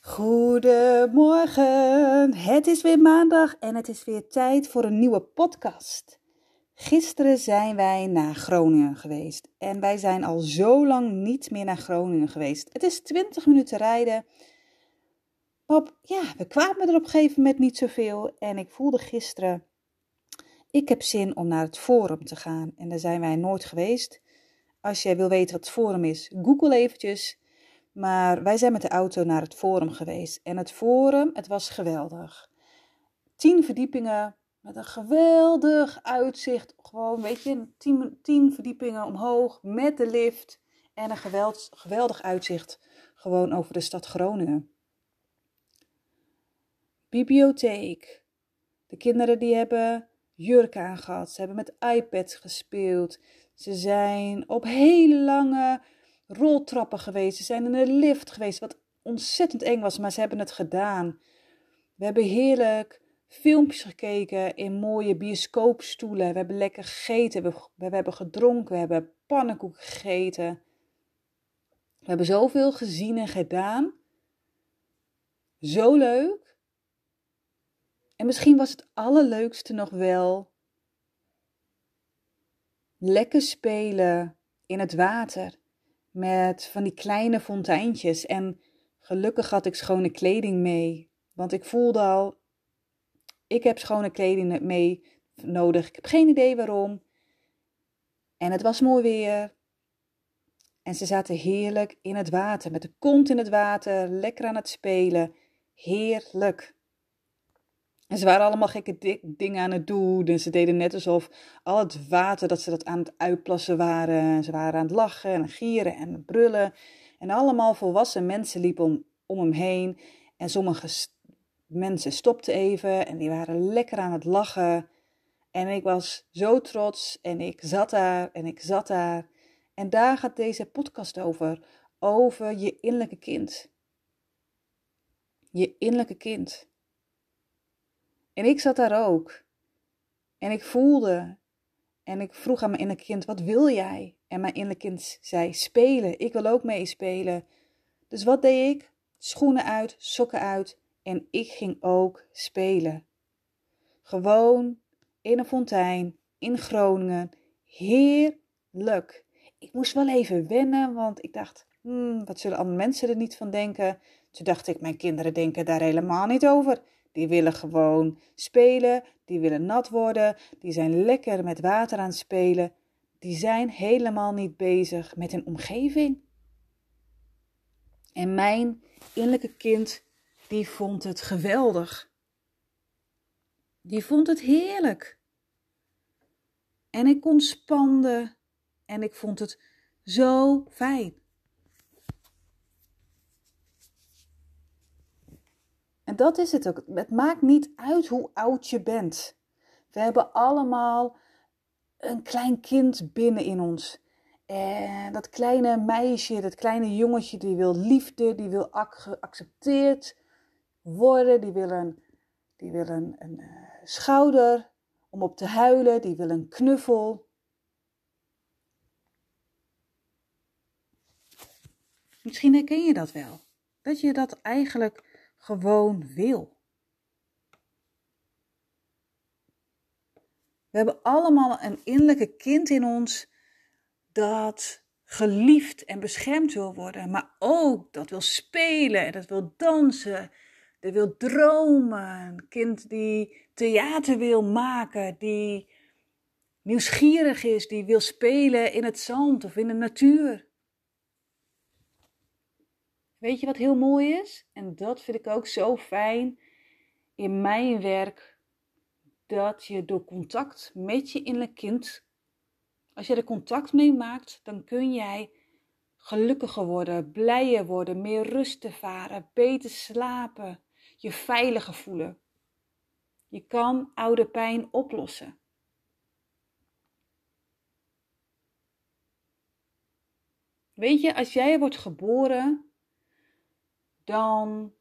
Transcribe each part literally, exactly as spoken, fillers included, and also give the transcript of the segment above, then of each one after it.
Goedemorgen, het is weer maandag en het is weer tijd voor een nieuwe podcast. Gisteren zijn wij naar Groningen geweest en wij zijn al zo lang niet meer naar Groningen geweest. Het is twintig minuten rijden. Op, ja, we kwamen er op een gegeven moment niet zoveel en ik voelde gisteren, ik heb zin om naar het Forum te gaan en daar zijn wij nooit geweest. Als jij wil weten wat het Forum is, google eventjes. Maar wij zijn met de auto naar het Forum geweest. En het Forum, het was geweldig. Tien verdiepingen met een geweldig uitzicht. Gewoon, weet je, tien, tien verdiepingen omhoog met de lift. En een geweld, geweldig uitzicht gewoon over de stad Groningen. Bibliotheek. De kinderen die hebben jurken aangehad. Ze hebben met iPads gespeeld. Ze zijn op hele lange roltrappen geweest. Ze zijn in een lift geweest, wat ontzettend eng was, maar ze hebben het gedaan. We hebben heerlijk filmpjes gekeken in mooie bioscoopstoelen. We hebben lekker gegeten, we, we hebben gedronken, we hebben pannenkoek gegeten. We hebben zoveel gezien en gedaan. Zo leuk. En misschien was het allerleukste nog wel lekker spelen in het water. Met van die kleine fonteintjes. En gelukkig had ik schone kleding mee. Want ik voelde al, ik heb schone kleding mee nodig. Ik heb geen idee waarom. En het was mooi weer. En ze zaten heerlijk in het water. Met de kont in het water. Lekker aan het spelen. Heerlijk. En ze waren allemaal gekke dingen aan het doen. En ze deden net alsof al het water, dat ze dat aan het uitplassen waren. En ze waren aan het lachen en gieren en brullen. En allemaal volwassen mensen liepen om, om hem heen. En sommige st- mensen stopten even en die waren lekker aan het lachen. En ik was zo trots en ik zat daar en ik zat daar. En daar gaat deze podcast over. Over je innerlijke kind. Je innerlijke kind. En ik zat daar ook. En ik voelde. En ik vroeg aan mijn innerlijke kind, wat wil jij? En mijn innerlijke kind zei, spelen. Ik wil ook meespelen. Dus wat deed ik? Schoenen uit, sokken uit. En ik ging ook spelen. Gewoon in een fontein, in Groningen. Heerlijk. Ik moest wel even wennen, want ik dacht, hmm, wat zullen andere mensen er niet van denken? Toen dacht ik, mijn kinderen denken daar helemaal niet over. Die willen gewoon spelen, die willen nat worden, die zijn lekker met water aan het spelen. Die zijn helemaal niet bezig met hun omgeving. En mijn innerlijke kind, die vond het geweldig. Die vond het heerlijk. En ik ontspande en ik vond het zo fijn. En dat is het ook. Het maakt niet uit hoe oud je bent. We hebben allemaal een klein kind binnen in ons. En dat kleine meisje, dat kleine jongetje, die wil liefde, die wil geaccepteerd worden. Die wil een, die wil een, een uh, schouder om op te huilen. Die wil een knuffel. Misschien herken je dat wel. Dat je dat eigenlijk gewoon wil. We hebben allemaal een innerlijke kind in ons dat geliefd en beschermd wil worden, maar ook dat wil spelen en dat wil dansen, dat wil dromen. Een kind die theater wil maken, die nieuwsgierig is, die wil spelen in het zand of in de natuur. Weet je wat heel mooi is? En dat vind ik ook zo fijn in mijn werk. Dat je door contact met je innerlijk kind, als je er contact mee maakt, dan kun jij gelukkiger worden, blijer worden, meer rust ervaren, beter slapen, je veiliger voelen. Je kan oude pijn oplossen. Weet je, als jij wordt geboren, dan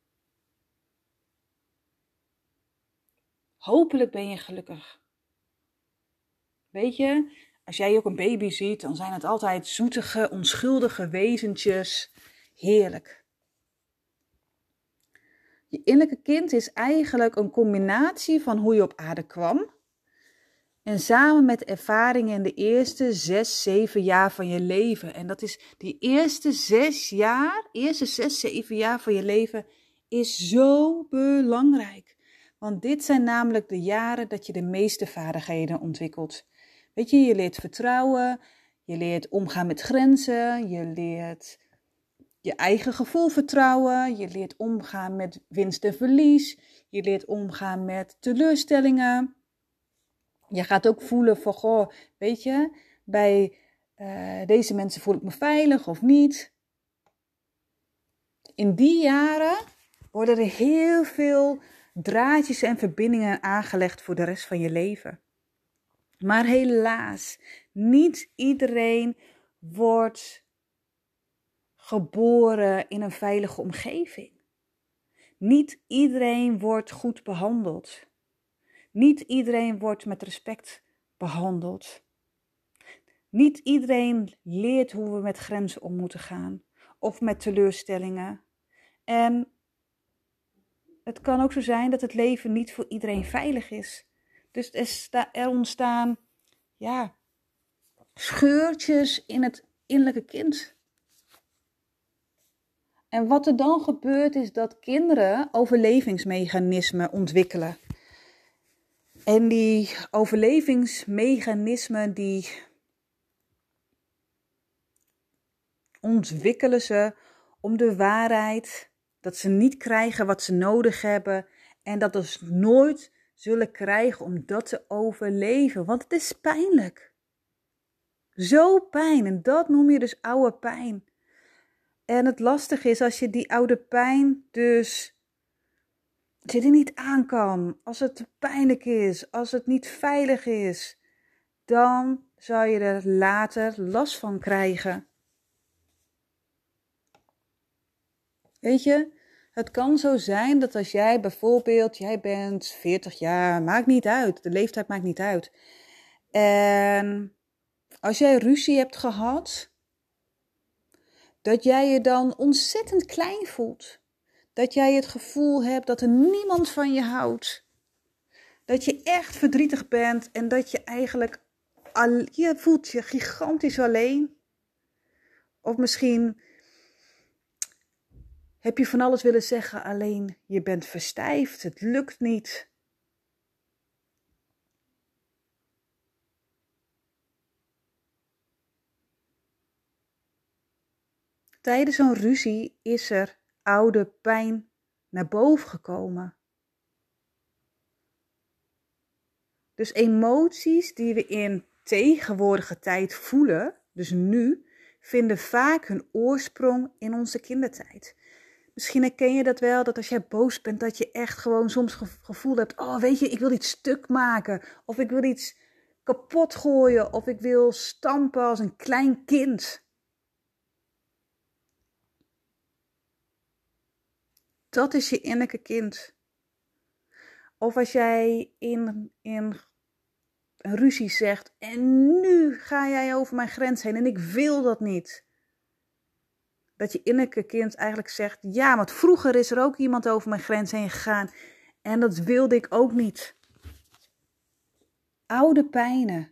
hopelijk ben je gelukkig. Weet je, als jij ook een baby ziet, dan zijn het altijd zoetige, onschuldige wezentjes. Heerlijk. Je innerlijke kind is eigenlijk een combinatie van hoe je op aarde kwam. En samen met ervaringen in de eerste zes, zeven jaar van je leven. En dat is die eerste zes jaar, eerste zes, zeven jaar van je leven is zo belangrijk. Want dit zijn namelijk de jaren dat je de meeste vaardigheden ontwikkelt. Weet je, je leert vertrouwen, je leert omgaan met grenzen, je leert je eigen gevoel vertrouwen, je leert omgaan met winst en verlies, je leert omgaan met teleurstellingen. Je gaat ook voelen van, goh, weet je, bij uh, deze mensen voel ik me veilig of niet. In die jaren worden er heel veel draadjes en verbindingen aangelegd voor de rest van je leven. Maar helaas, niet iedereen wordt geboren in een veilige omgeving. Niet iedereen wordt goed behandeld. Niet iedereen wordt met respect behandeld. Niet iedereen leert hoe we met grenzen om moeten gaan. Of met teleurstellingen. En het kan ook zo zijn dat het leven niet voor iedereen veilig is. Dus er, sta, er ontstaan ja, scheurtjes in het innerlijke kind. En wat er dan gebeurt is dat kinderen overlevingsmechanismen ontwikkelen. En die overlevingsmechanismen die ontwikkelen ze om de waarheid, dat ze niet krijgen wat ze nodig hebben en dat ze nooit zullen krijgen om dat te overleven. Want het is pijnlijk. Zo pijn en dat noem je dus oude pijn. En het lastige is als je die oude pijn dus... Als je die niet aan kan, als het te pijnlijk is, als het niet veilig is, dan zal je er later last van krijgen. Weet je, het kan zo zijn dat als jij bijvoorbeeld, jij bent veertig jaar, maakt niet uit, de leeftijd maakt niet uit. En als jij ruzie hebt gehad, dat jij je dan ontzettend klein voelt. Dat jij het gevoel hebt dat er niemand van je houdt. Dat je echt verdrietig bent en dat je eigenlijk, al, je voelt je gigantisch alleen. Of misschien heb je van alles willen zeggen, alleen je bent verstijfd, het lukt niet. Tijdens zo'n ruzie is er oude pijn naar boven gekomen. Dus emoties die we in tegenwoordige tijd voelen, dus nu, vinden vaak hun oorsprong in onze kindertijd. Misschien herken je dat wel, dat als jij boos bent, dat je echt gewoon soms gevoel hebt, oh weet je, ik wil iets stuk maken, of ik wil iets kapot gooien, of ik wil stampen als een klein kind. Dat is je innerlijke kind. Of als jij in, in een ruzie zegt, en nu ga jij over mijn grens heen en ik wil dat niet. Dat je innerlijke kind eigenlijk zegt, ja, want vroeger is er ook iemand over mijn grens heen gegaan en dat wilde ik ook niet. Oude pijnen.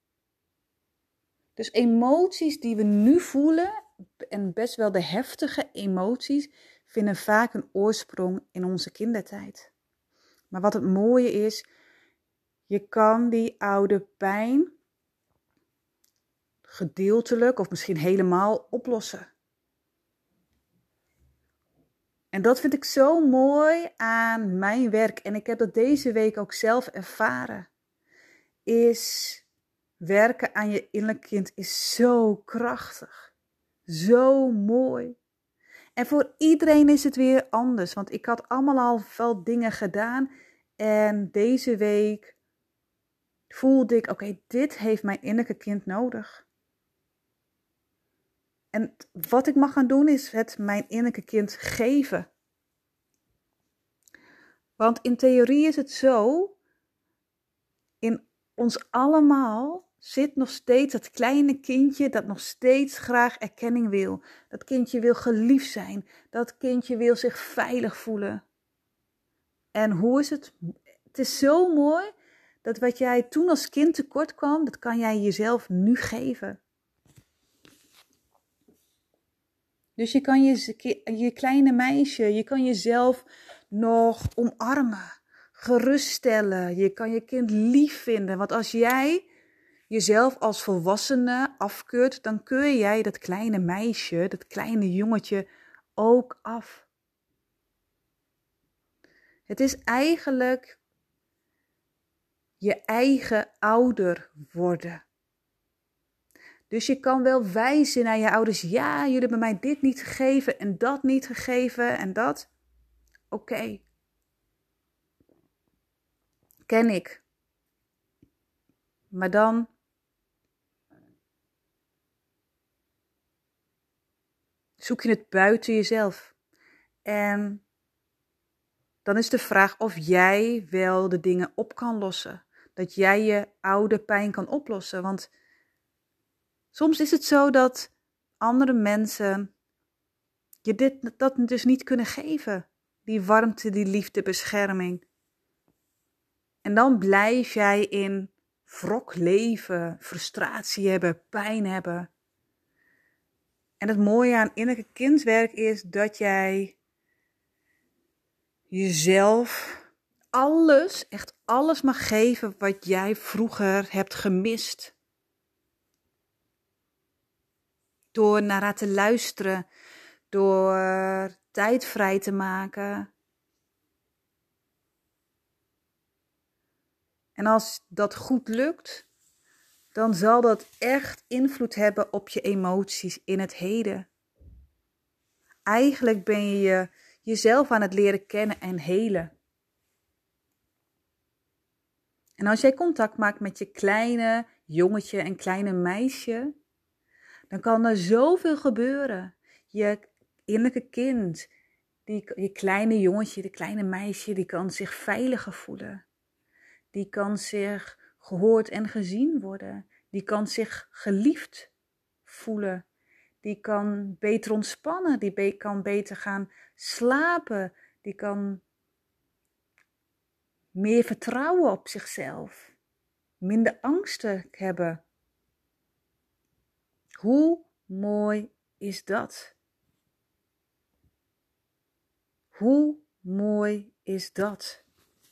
Dus emoties die we nu voelen, en best wel de heftige emoties, vinden vaak een oorsprong in onze kindertijd. Maar wat het mooie is, je kan die oude pijn gedeeltelijk of misschien helemaal oplossen. En dat vind ik zo mooi aan mijn werk. En ik heb dat deze week ook zelf ervaren. Is werken aan je innerlijk kind is zo krachtig. Zo mooi. En voor iedereen is het weer anders. Want ik had allemaal al wel dingen gedaan. En deze week voelde ik, oké, okay, dit heeft mijn innerlijke kind nodig. En wat ik mag gaan doen is het mijn innerlijke kind geven. Want in theorie is het zo, in ons allemaal zit nog steeds dat kleine kindje dat nog steeds graag erkenning wil. Dat kindje wil geliefd zijn. Dat kindje wil zich veilig voelen. En hoe is het? Het is zo mooi dat wat jij toen als kind tekort kwam, dat kan jij jezelf nu geven. Dus je kan je, je kleine meisje, je kan jezelf nog omarmen, geruststellen. Je kan je kind lief vinden. Want als jij jezelf als volwassene afkeurt, dan keur jij dat kleine meisje, dat kleine jongetje ook af. Het is eigenlijk je eigen ouder worden. Dus je kan wel wijzen naar je ouders. Ja, jullie hebben mij dit niet gegeven en dat niet gegeven en dat. Oké. Okay. Ken ik. Maar dan zoek je het buiten jezelf. En dan is de vraag of jij wel de dingen op kan lossen. Dat jij je oude pijn kan oplossen. Want soms is het zo dat andere mensen je dit, dat dus niet kunnen geven. Die warmte, die liefde, bescherming. En dan blijf jij in wrok leven, frustratie hebben, pijn hebben. En het mooie aan innerlijke kindwerk is dat jij jezelf alles, echt alles mag geven wat jij vroeger hebt gemist. Door naar haar te luisteren, door tijd vrij te maken. En als dat goed lukt, dan zal dat echt invloed hebben op je emoties in het heden. Eigenlijk ben je, je jezelf aan het leren kennen en helen. En als jij contact maakt met je kleine jongetje en kleine meisje, dan kan er zoveel gebeuren. Je innerlijke kind, die, je kleine jongetje, de kleine meisje, die kan zich veiliger voelen. Die kan zich gehoord en gezien worden. Die kan zich geliefd voelen. Die kan beter ontspannen. Die be- kan beter gaan slapen. Die kan meer vertrouwen op zichzelf. Minder angsten hebben. Hoe mooi is dat? Hoe mooi is dat?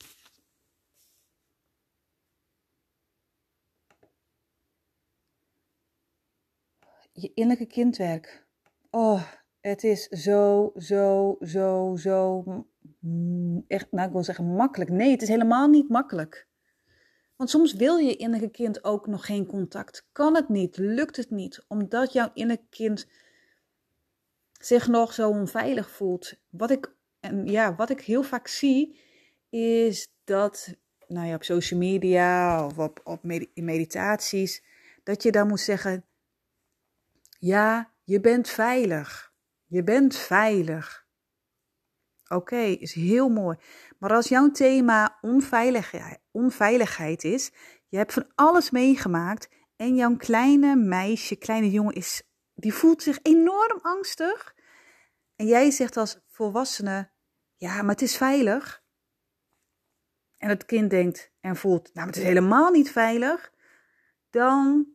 Je innerlijke kindwerk. Oh, het is zo, zo, zo, zo, echt, nou ik wil zeggen makkelijk. Nee, het is helemaal niet makkelijk. Want soms wil je innerlijke kind ook nog geen contact. Kan het niet, lukt het niet, omdat jouw innerlijke kind zich nog zo onveilig voelt. Wat ik, en ja, wat ik heel vaak zie, is dat, nou ja, op social media of op, op med- in meditaties, dat je dan moet zeggen, ja, je bent veilig. Je bent veilig. Oké, okay, is heel mooi. Maar als jouw thema onveiligheid, onveiligheid is, je hebt van alles meegemaakt en jouw kleine meisje, kleine jongen, is, die voelt zich enorm angstig. En jij zegt als volwassene, ja, maar het is veilig. En het kind denkt en voelt, nou, maar het is helemaal niet veilig. Dan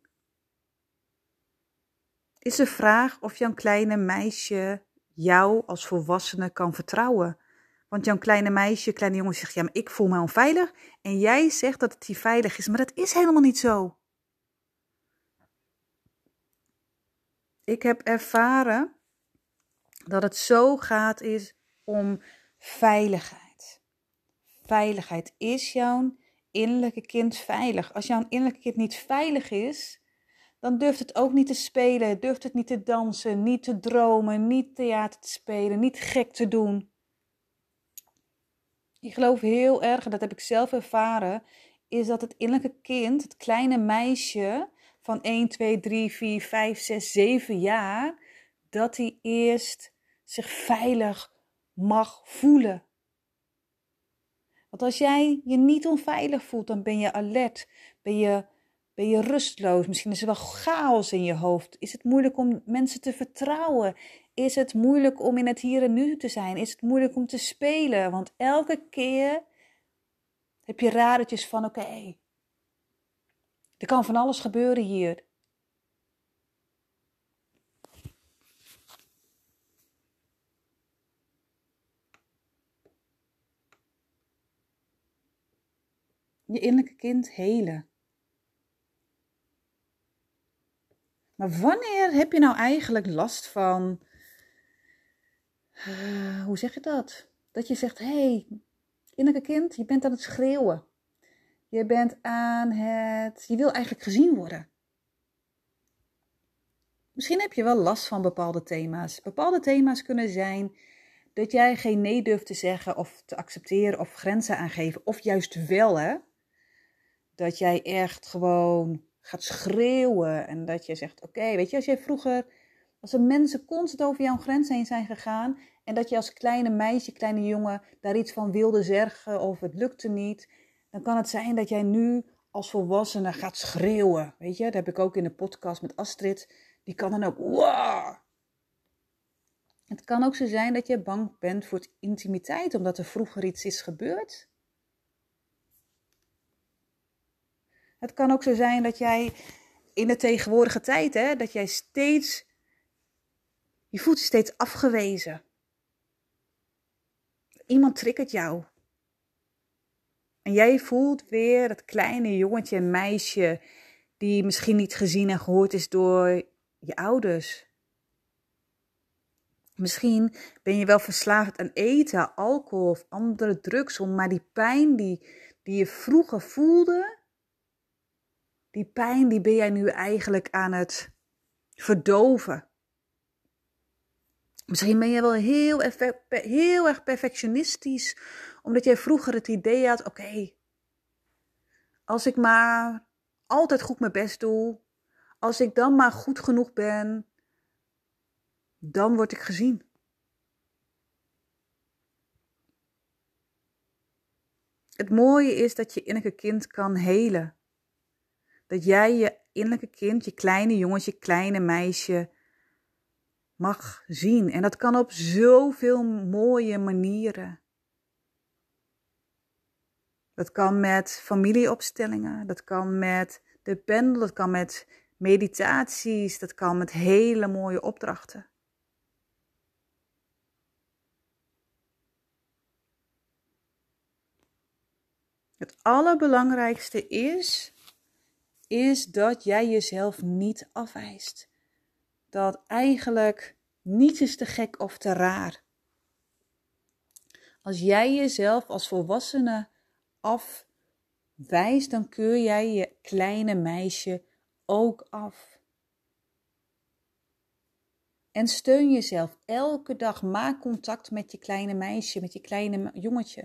is de vraag of jouw kleine meisje jou als volwassene kan vertrouwen. Want jouw kleine meisje, kleine jongen zegt, ja, maar ik voel me onveilig. En jij zegt dat het hier veilig is, maar dat is helemaal niet zo. Ik heb ervaren dat het zo gaat is om veiligheid. Veiligheid. Is jouw innerlijke kind veilig? Als jouw innerlijke kind niet veilig is, dan durft het ook niet te spelen, durft het niet te dansen, niet te dromen, niet theater te spelen, niet gek te doen. Ik geloof heel erg, en dat heb ik zelf ervaren, is dat het innerlijke kind, het kleine meisje van één, twee, drie, vier, vijf, zes, zeven jaar, dat hij eerst zich veilig mag voelen. Want als jij je niet onveilig voelt, dan ben je alert, ben je Ben je rustloos? Misschien is er wel chaos in je hoofd. Is het moeilijk om mensen te vertrouwen? Is het moeilijk om in het hier en nu te zijn? Is het moeilijk om te spelen? Want elke keer heb je radertjes van, oké, okay, er kan van alles gebeuren hier. Je innerlijke kind helen. Maar wanneer heb je nou eigenlijk last van, uh, hoe zeg je dat? Dat je zegt, hé, hey, innerlijke kind, je bent aan het schreeuwen. Je bent aan het, je wil eigenlijk gezien worden. Misschien heb je wel last van bepaalde thema's. Bepaalde thema's kunnen zijn dat jij geen nee durft te zeggen of te accepteren of grenzen aangeven. Of juist wel, hè. Dat jij echt gewoon gaat schreeuwen en dat je zegt, oké, okay, weet je, als jij vroeger, als er mensen constant over jouw grens heen zijn gegaan en dat je als kleine meisje, kleine jongen daar iets van wilde zeggen of het lukte niet, dan kan het zijn dat jij nu als volwassene gaat schreeuwen. Weet je, dat heb ik ook in de podcast met Astrid. Die kan dan ook, wow! Het kan ook zo zijn dat je bang bent voor intimiteit, omdat er vroeger iets is gebeurd. Het kan ook zo zijn dat jij in de tegenwoordige tijd, hè, dat jij steeds, je voelt je steeds afgewezen. Iemand triggert jou. En jij voelt weer dat kleine jongetje en meisje die misschien niet gezien en gehoord is door je ouders. Misschien ben je wel verslaafd aan eten, alcohol of andere drugs, maar die pijn die, die je vroeger voelde, die pijn die ben jij nu eigenlijk aan het verdoven. Misschien ben je wel heel, heel erg perfectionistisch, omdat jij vroeger het idee had, oké, okay, als ik maar altijd goed mijn best doe, als ik dan maar goed genoeg ben, dan word ik gezien. Het mooie is dat je innerlijke kind kan helen. Dat jij je innerlijke kind, je kleine jongetje, kleine meisje mag zien. En dat kan op zoveel mooie manieren. Dat kan met familieopstellingen, dat kan met de pendel, dat kan met meditaties, dat kan met hele mooie opdrachten. Het allerbelangrijkste is, is dat jij jezelf niet afwijst. Dat eigenlijk niets is te gek of te raar. Als jij jezelf als volwassene afwijst, dan keur jij je kleine meisje ook af. En steun jezelf elke dag. Maak contact met je kleine meisje, met je kleine jongetje.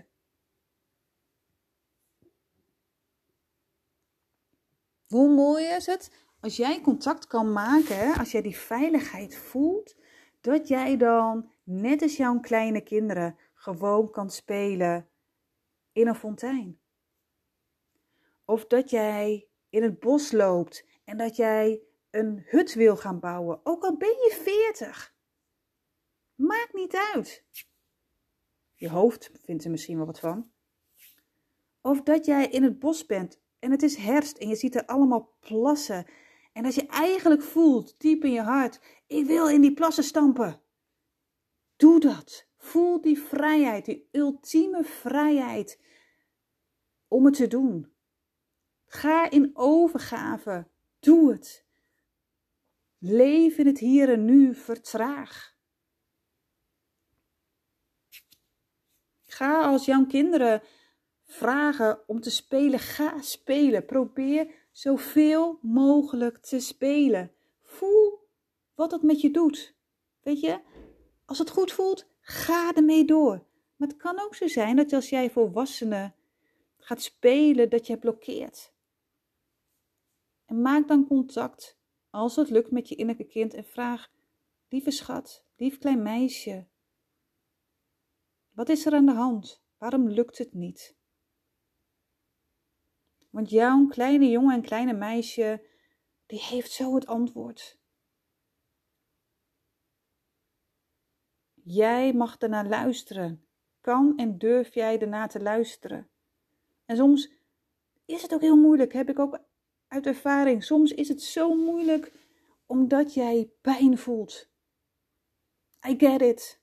Hoe mooi is het als jij contact kan maken, hè, als jij die veiligheid voelt, dat jij dan, net als jouw kleine kinderen, gewoon kan spelen in een fontein. Of dat jij in het bos loopt en dat jij een hut wil gaan bouwen, ook al ben je veertig. Maakt niet uit. Je hoofd vindt er misschien wel wat van. Of dat jij in het bos bent en het is herfst en je ziet er allemaal plassen. En dat je eigenlijk voelt, diep in je hart, ik wil in die plassen stampen. Doe dat. Voel die vrijheid, die ultieme vrijheid om het te doen. Ga in overgave. Doe het. Leef in het hier en nu. Vertraag. Ga als jouw kinderen vragen om te spelen. Ga spelen. Probeer zoveel mogelijk te spelen. Voel wat het met je doet. Weet je, als het goed voelt, ga ermee door. Maar het kan ook zo zijn dat als jij volwassene gaat spelen, dat je blokkeert. En maak dan contact, als het lukt, met je innerlijke kind en vraag, lieve schat, lief klein meisje, wat is er aan de hand? Waarom lukt het niet? Want jouw kleine jongen en kleine meisje, die heeft zo het antwoord. Jij mag ernaar luisteren. Kan en durf jij ernaar te luisteren? En soms is het ook heel moeilijk, heb ik ook uit ervaring. Soms is het zo moeilijk omdat jij pijn voelt. I get it.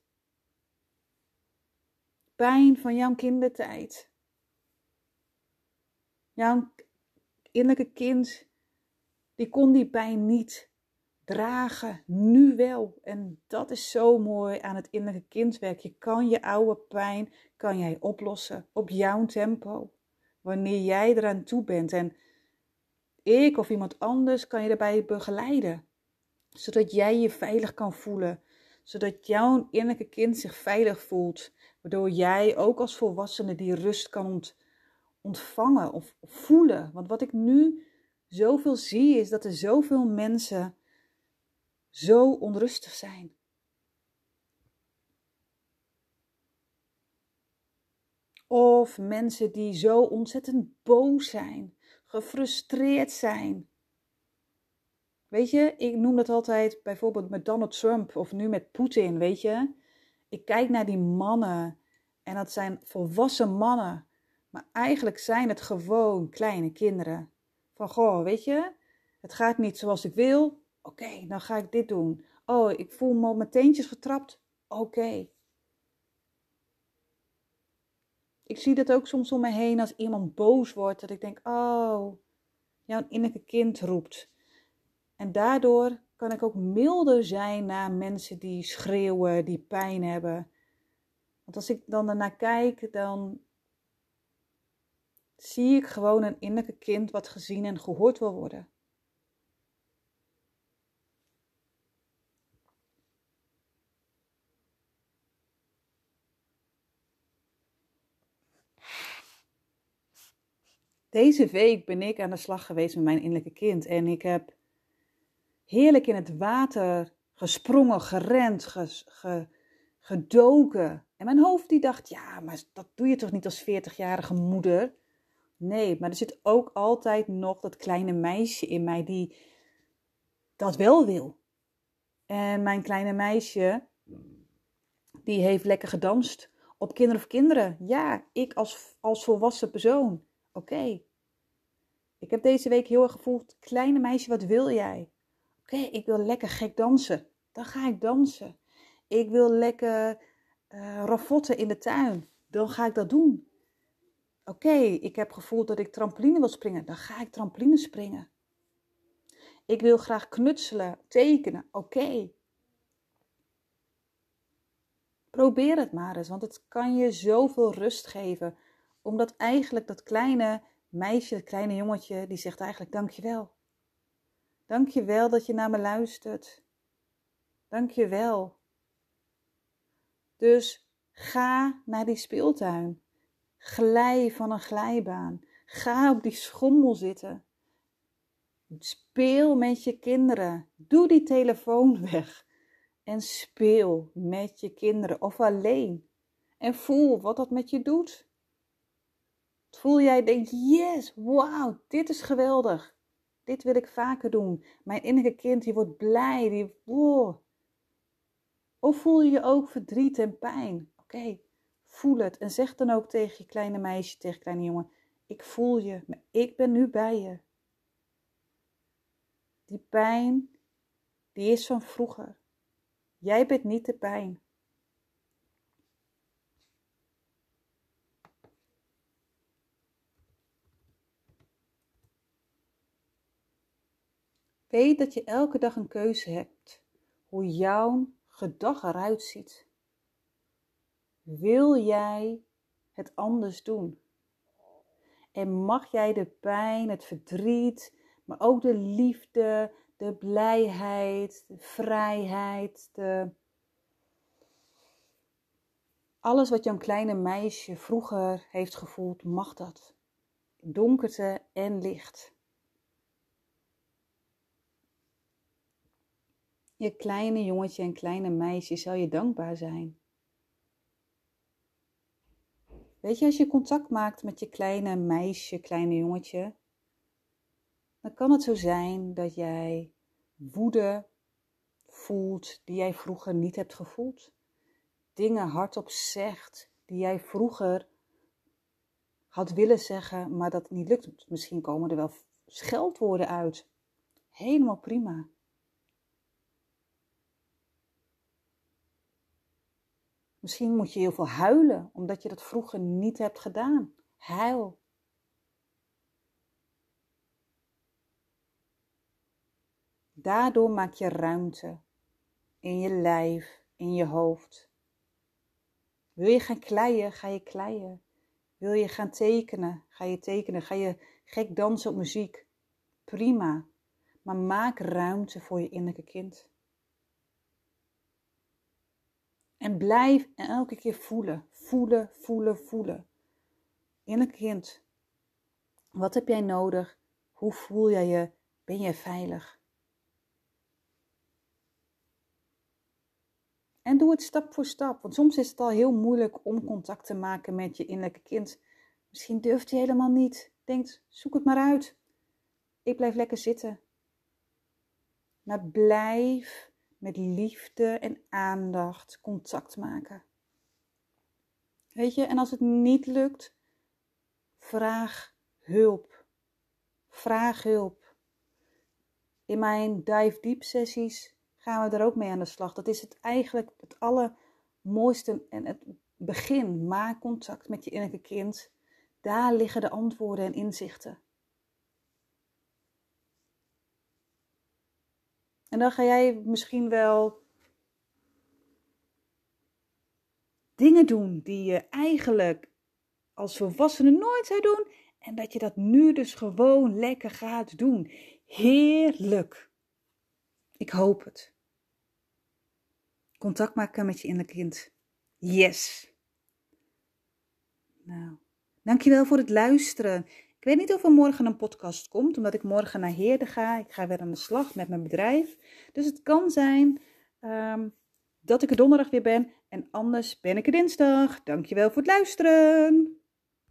Pijn van jouw kindertijd. Jouw innerlijke kind, die kon die pijn niet dragen. Nu wel. En dat is zo mooi aan het innerlijke kindwerk. Je kan je oude pijn, kan jij oplossen op jouw tempo. Wanneer jij eraan toe bent. En ik of iemand anders kan je daarbij begeleiden. Zodat jij je veilig kan voelen. Zodat jouw innerlijke kind zich veilig voelt. Waardoor jij ook als volwassene die rust kan ont, ontvangen of, of voelen. Want wat ik nu zoveel zie is dat er zoveel mensen zo onrustig zijn. Of mensen die zo ontzettend boos zijn. Gefrustreerd zijn. Weet je, ik noem dat altijd bijvoorbeeld met Donald Trump of nu met Poetin, weet je. Ik kijk naar die mannen en dat zijn volwassen mannen. Maar eigenlijk zijn het gewoon kleine kinderen. Van goh, weet je, het gaat niet zoals ik wil. Oké, okay, dan ga ik dit doen. Oh, ik voel me op mijn teentjes getrapt. Oké. Okay. Ik zie dat ook soms om me heen als iemand boos wordt. Dat ik denk, oh, jouw innerlijke kind roept. En daardoor kan ik ook milder zijn naar mensen die schreeuwen, die pijn hebben. Want als ik dan ernaar kijk, dan zie ik gewoon een innerlijke kind wat gezien en gehoord wil worden. Deze week ben ik aan de slag geweest met mijn innerlijke kind. En ik heb heerlijk in het water gesprongen, gerend, ges, ge, gedoken. En mijn hoofd die dacht, ja, maar dat doe je toch niet als veertigjarige moeder? Nee, maar er zit ook altijd nog dat kleine meisje in mij die dat wel wil. En mijn kleine meisje, die heeft lekker gedanst op Kinderen of Kinderen. Ja, ik als, als volwassen persoon. Oké. Okay. Ik heb deze week heel erg gevoeld, kleine meisje, wat wil jij? Oké, okay, ik wil lekker gek dansen. Dan ga ik dansen. Ik wil lekker uh, ravotten in de tuin. Dan ga ik dat doen. Oké, okay, ik heb gevoeld dat ik trampoline wil springen. Dan ga ik trampoline springen. Ik wil graag knutselen, tekenen. Oké. Okay. Probeer het maar eens, want het kan je zoveel rust geven. Omdat eigenlijk dat kleine meisje, dat kleine jongetje, die zegt eigenlijk dankjewel. Dankjewel dat je naar me luistert. Dankjewel. Dus ga naar die speeltuin. Glij van een glijbaan. Ga op die schommel zitten. Speel met je kinderen. Doe die telefoon weg. En speel met je kinderen of alleen. En voel wat dat met je doet. Voel jij, denk yes, wauw, dit is geweldig. Dit wil ik vaker doen. Mijn innerlijke kind die wordt blij. Die, wow. Of voel je ook verdriet en pijn? Oké, okay, voel het. En zeg dan ook tegen je kleine meisje, tegen je kleine jongen. Ik voel je, maar ik ben nu bij je. Die pijn, die is van vroeger. Jij bent niet de pijn. Weet dat je elke dag een keuze hebt. Hoe jouw gedag eruit ziet. Wil jij het anders doen? En mag jij de pijn, het verdriet, maar ook de liefde, de blijheid, de vrijheid, de... alles wat jouw kleine meisje vroeger heeft gevoeld, mag dat. Donkerte en licht. Je kleine jongetje en kleine meisje zal je dankbaar zijn. Weet je, als je contact maakt met je kleine meisje, kleine jongetje, dan kan het zo zijn dat jij woede voelt die jij vroeger niet hebt gevoeld. Dingen hardop zegt die jij vroeger had willen zeggen, maar dat niet lukt. Misschien komen er wel scheldwoorden uit. Helemaal prima. Misschien moet je heel veel huilen, omdat je dat vroeger niet hebt gedaan. Huil. Daardoor maak je ruimte in je lijf, in je hoofd. Wil je gaan kleien, ga je kleien. Wil je gaan tekenen, ga je tekenen. Ga je gek dansen op muziek. Prima. Maar maak ruimte voor je innerlijke kind. En blijf elke keer voelen, voelen, voelen, voelen. Innerlijke kind. Wat heb jij nodig? Hoe voel jij je? Ben je veilig? En doe het stap voor stap. Want soms is het al heel moeilijk om contact te maken met je innerlijke kind. Misschien durft hij helemaal niet. Denkt, zoek het maar uit. Ik blijf lekker zitten. Maar blijf met liefde en aandacht contact maken. Weet je, en als het niet lukt, vraag hulp. Vraag hulp. In mijn Dive Deep sessies gaan we er ook mee aan de slag. Dat is het eigenlijk het allermooiste en het begin. Maak contact met je innerlijke kind. Daar liggen de antwoorden en inzichten. En dan ga jij misschien wel dingen doen die je eigenlijk als volwassene nooit zou doen. En dat je dat nu dus gewoon lekker gaat doen. Heerlijk. Ik hoop het. Contact maken met je innerlijke kind. Yes. Nou, dankjewel voor het luisteren. Ik weet niet of er morgen een podcast komt, omdat ik morgen naar Heerde ga. Ik ga weer aan de slag met mijn bedrijf. Dus het kan zijn um, dat ik er donderdag weer ben. En anders ben ik er dinsdag. Dankjewel voor het luisteren.